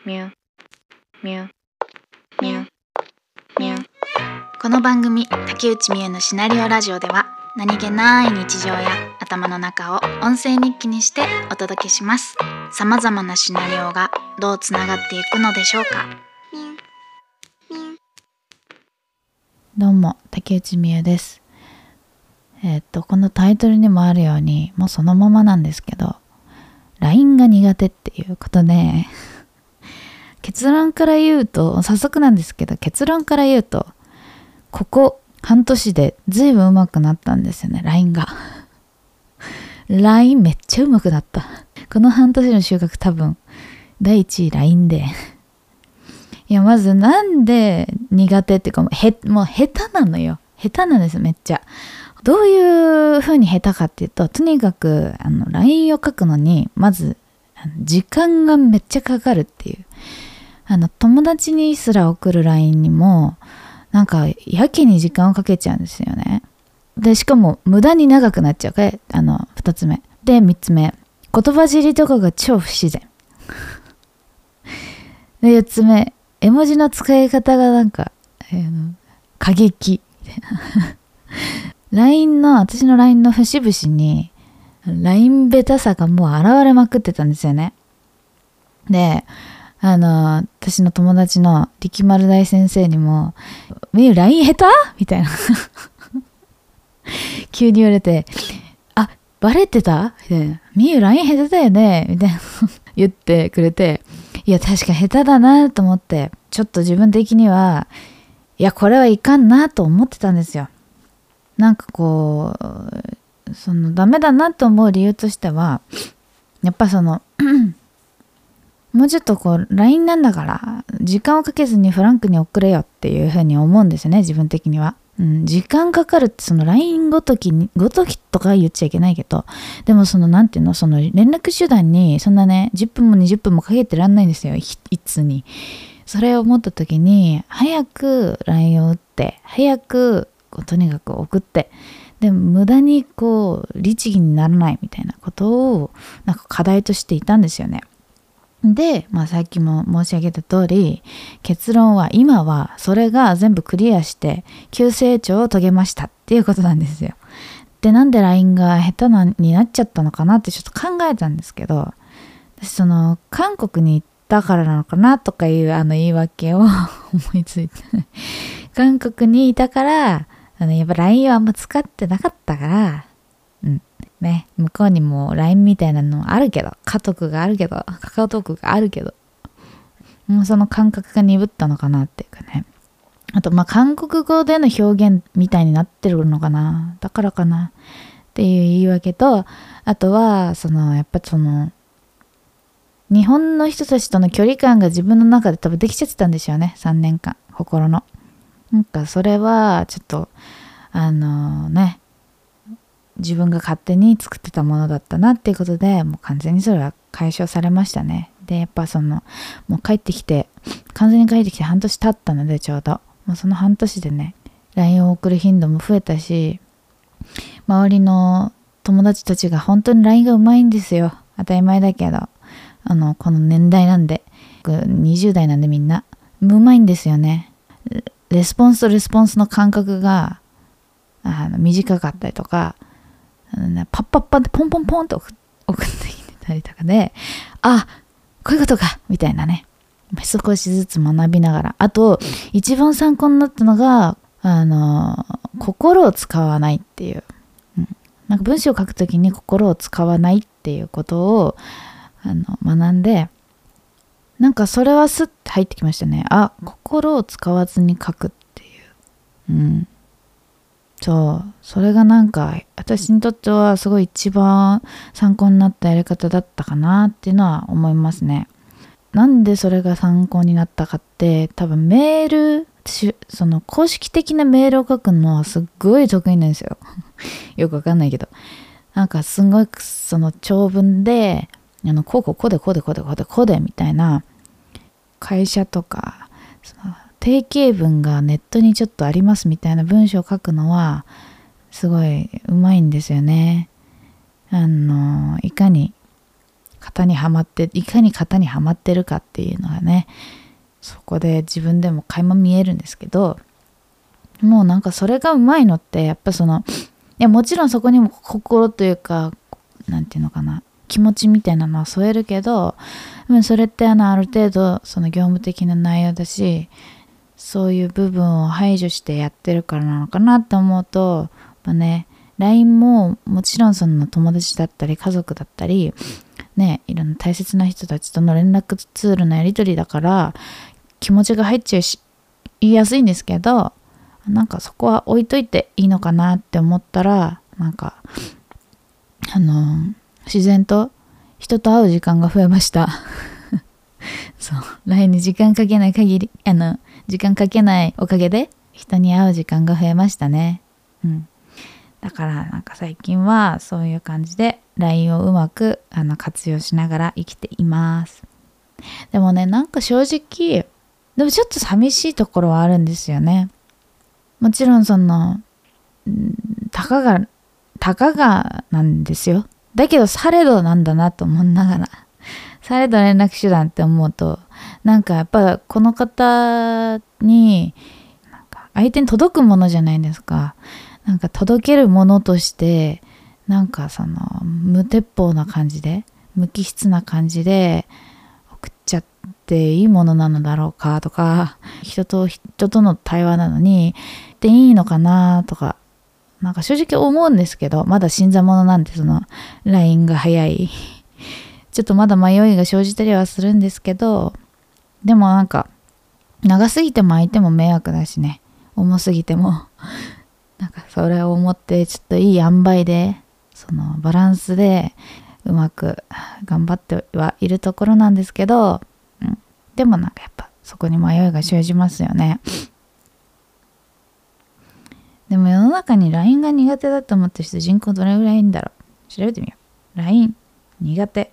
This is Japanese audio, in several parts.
ミュミュミュミュ。この番組竹内美恵のシナリオラジオでは、何気ない日常や頭の中を音声日記にしてお届けします。さまざまなシナリオがどうつながっていくのでしょうか。 どうも竹内美恵です。このタイトルにもあるように、もうそのままなんですけど、 LINE が苦手っていうことで結論から言うと、早速なんですけど、ここ半年でずいぶん上手くなったんですよね。 LINE がLINE めっちゃ上手くなった。この半年の収穫、多分第一位 LINE で、いや、まずなんで苦手っていうか、もう下手なのよ。下手なんです、めっちゃ。どういう風に下手かっていうと、とにかくLINE を書くのにまず時間がめっちゃかかるっていう。友達にすら送る LINE にもなんかやけに時間をかけちゃうんですよね。でしかも無駄に長くなっちゃうから、2つ目で、3つ目、言葉尻とかが超不自然で、4つ目、絵文字の使い方がなんか、過激私の LINE の節々に LINE ベタさがもう現れまくってたんですよね。で、私の友達の力丸大先生にも、みゆ LINE 下手みたいな急に言われて、あ、バレてたみたいな、みゆ LINE 下手だよねみたいな言ってくれて、いや確か下手だなと思って、ちょっと自分的には、いやこれはいかんなと思ってたんですよ。なんかこうダメだなと思う理由としては、やっぱもうちょっとこう LINE なんだから時間をかけずにフランクに送れよっていうふうに思うんですよね、自分的には。時間かかるって、LINE ごときとか言っちゃいけないけど、でもなんていうの、連絡手段にそんなね、10分も20分もかけてらんないんですよ、一通に。それを思った時に、早く LINE を打って、早くとにかく送って、で無駄に律儀にならないみたいなことをなんか課題としていたんですよね。で、さっきも申し上げた通り、結論は今はそれが全部クリアして急成長を遂げましたっていうことなんですよ。で、なんで LINE が下手になっちゃったのかなってちょっと考えたんですけど、私韓国に行ったからなのかなとかいう言い訳を思いついて韓国にいたからやっぱ LINE はあんま使ってなかったから、ね、向こうにも LINE みたいなのあるけど、カカオトークがあるけど、もうその感覚が鈍ったのかなっていうかね。あと韓国語での表現みたいになってるのかな、だからかなっていう言い訳と、あとはやっぱ日本の人たちとの距離感が自分の中で多分できちゃってたんでしょうね、3年間心の。なんかそれはちょっと自分が勝手に作ってたものだったなっていうことで、もう完全にそれは解消されましたね。で、やっぱもう完全に帰ってきて半年経ったので、ちょうどもうその半年でね、 LINE を送る頻度も増えたし、周りの友達たちが本当に LINE がうまいんですよ。当たり前だけど、この年代なんで、20代なんでみんなうまいんですよね。レスポンスの間隔が短かったりとか、パッパッパってポンポンポンって送ってきてたりとかで、あ、こういうことかみたいなね、少しずつ学びながら。あと一番参考になったのが心を使わないっていう、なんか文章を書くときに心を使わないっていうことを学んで、なんかそれはスッて入ってきましたね。あ、心を使わずに書くっていう、そう、それがなんか私にとってはすごい一番参考になったやり方だったかなっていうのは思いますね。なんでそれが参考になったかって、多分私公式的なメールを書くのはすっごい得意なんですよよくわかんないけど、なんかすごい長文でこうでみたいな、会社とか定型文がネットにちょっとありますみたいな文章を書くのはすごいうまいんですよね。いかにいかに型にはまってるかっていうのがね、そこで自分でも垣間見えるんですけど、もうなんかそれがうまいのってやっぱもちろんそこにも心というか、なんていうのかな、気持ちみたいなのは添えるけど、それってある程度その業務的な内容だし、そういう部分を排除してやってるからなのかなって思うと、LINE ももちろんその友達だったり家族だったりね、いろんな大切な人たちとの連絡ツールのやり取りだから気持ちが入っちゃうし言いやすいんですけど、なんかそこは置いといていいのかなって思ったら、なんか自然と人と会う時間が増えましたそう、LINE に時間かけないおかげで人に会う時間が増えましたね。だからなんか最近はそういう感じで LINE をうまく活用しながら生きています。でもね、なんか正直でもちょっと寂しいところはあるんですよね。もちろんたかがなんですよ。だけどされどなんだなと思いながら、されど連絡手段って思うと、なんかやっぱこの方になんか相手に届くものじゃないですか。なんか届けるものとしてなんか無鉄砲な感じで、無機質な感じで送っちゃっていいものなのだろうかとか、人との対話なのにでいいのかなとか、なんか正直思うんですけど、まだ新参者なんでLINE が早いちょっとまだ迷いが生じたりはするんですけど、でもなんか長すぎても相手も迷惑だしね、重すぎてもなんかそれを思って、ちょっといい塩梅でバランスでうまく頑張ってはいるところなんですけど、でもなんかやっぱそこに迷いが生じますよね。でも世の中に LINE が苦手だと思ってる人、人口どれぐらいいるんだろう。調べてみよう。 LINE 苦手。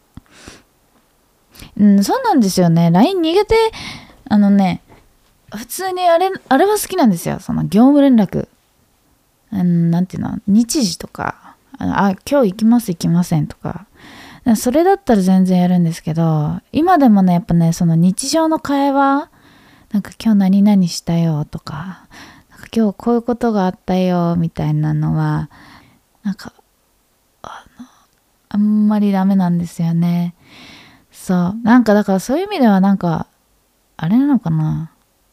そうなんですよね。 LINE 苦手。普通にあれは好きなんですよ。業務連絡、なんていうの、日時とか、今日行きませんとか、それだったら全然やるんですけど、今でもね、やっぱね、日常の会話、なんか今日何々したよとか、なんか今日こういうことがあったよみたいなのは、なんかあんまりダメなんですよね。そう、なんかだからそういう意味ではなんかあれなのかな、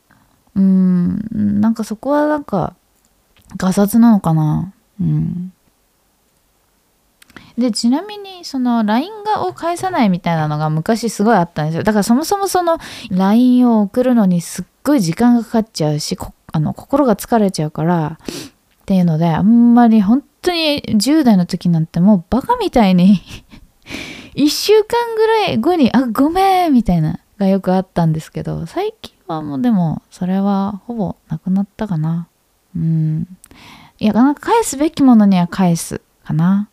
なんかそこはなんかガサツなのかな。で、ちなみにLINE を返さないみたいなのが昔すごいあったんですよ。だからそもそもLINE を送るのにすっごい時間がかかっちゃうし、心が疲れちゃうからっていうので、あんまり本当に10代の時なんてもうバカみたいに1週間ぐらい後にごめんみたいながよくあったんですけど、最近はもうでもそれはほぼなくなったかな。いや、なんか返すべきものには返すかな。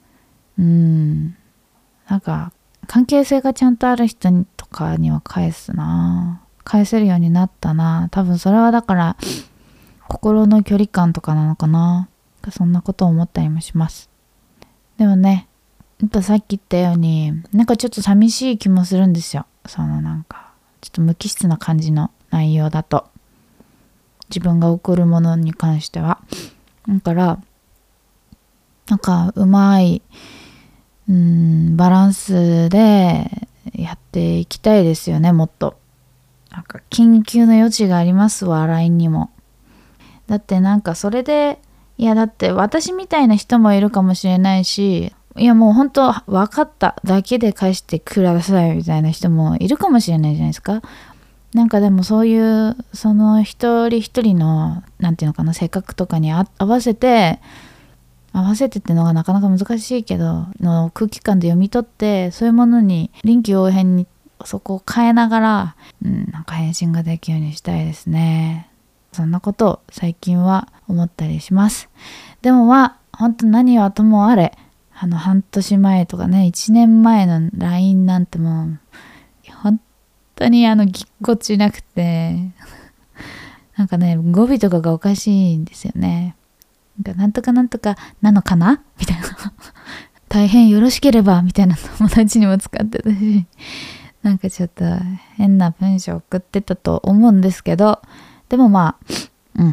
なんか関係性がちゃんとある人とかには返すな。返せるようになったな。多分それはだから心の距離感とかなのかな。そんなことを思ったりもします。でもね、やっぱさっき言ったように、なんかちょっと寂しい気もするんですよ。なんかちょっと無機質な感じの内容だと、自分が送るものに関しては。だからなんかうまいバランスでやっていきたいですよね。もっとなんか緊急の余地がありますわ、 LINE にも。だってなんかそれで、だって私みたいな人もいるかもしれないし、もう本当分かっただけで返してくださいみたいな人もいるかもしれないじゃないですか。なんかでもそういう一人一人のなんていうのかな、性格とかに合わせてってのがなかなか難しいけどの空気感で読み取って、そういうものに臨機応変にそこを変えながら、なんか返信ができるようにしたいですね。そんなことを最近は思ったりします。でも本当何はともあれ、半年前とかね、1年前の LINE なんてもう本当にぎっこちなくてなんかね、語尾とかがおかしいんですよね。なんとかなんとかなのかなみたいな大変よろしければみたいな友達にも使ってたし、なんかちょっと変な文章送ってたと思うんですけど、でもまあ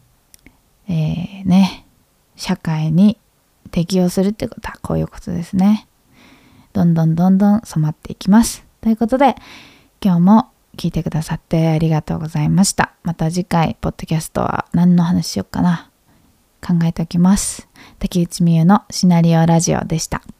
ね、社会に適応するってことはこういうことですね。どんどん染まっていきます。ということで今日も聞いてくださってありがとうございました。また次回ポッドキャストは何の話しようかな、考えておきます。竹内美優のシナリオラジオでした。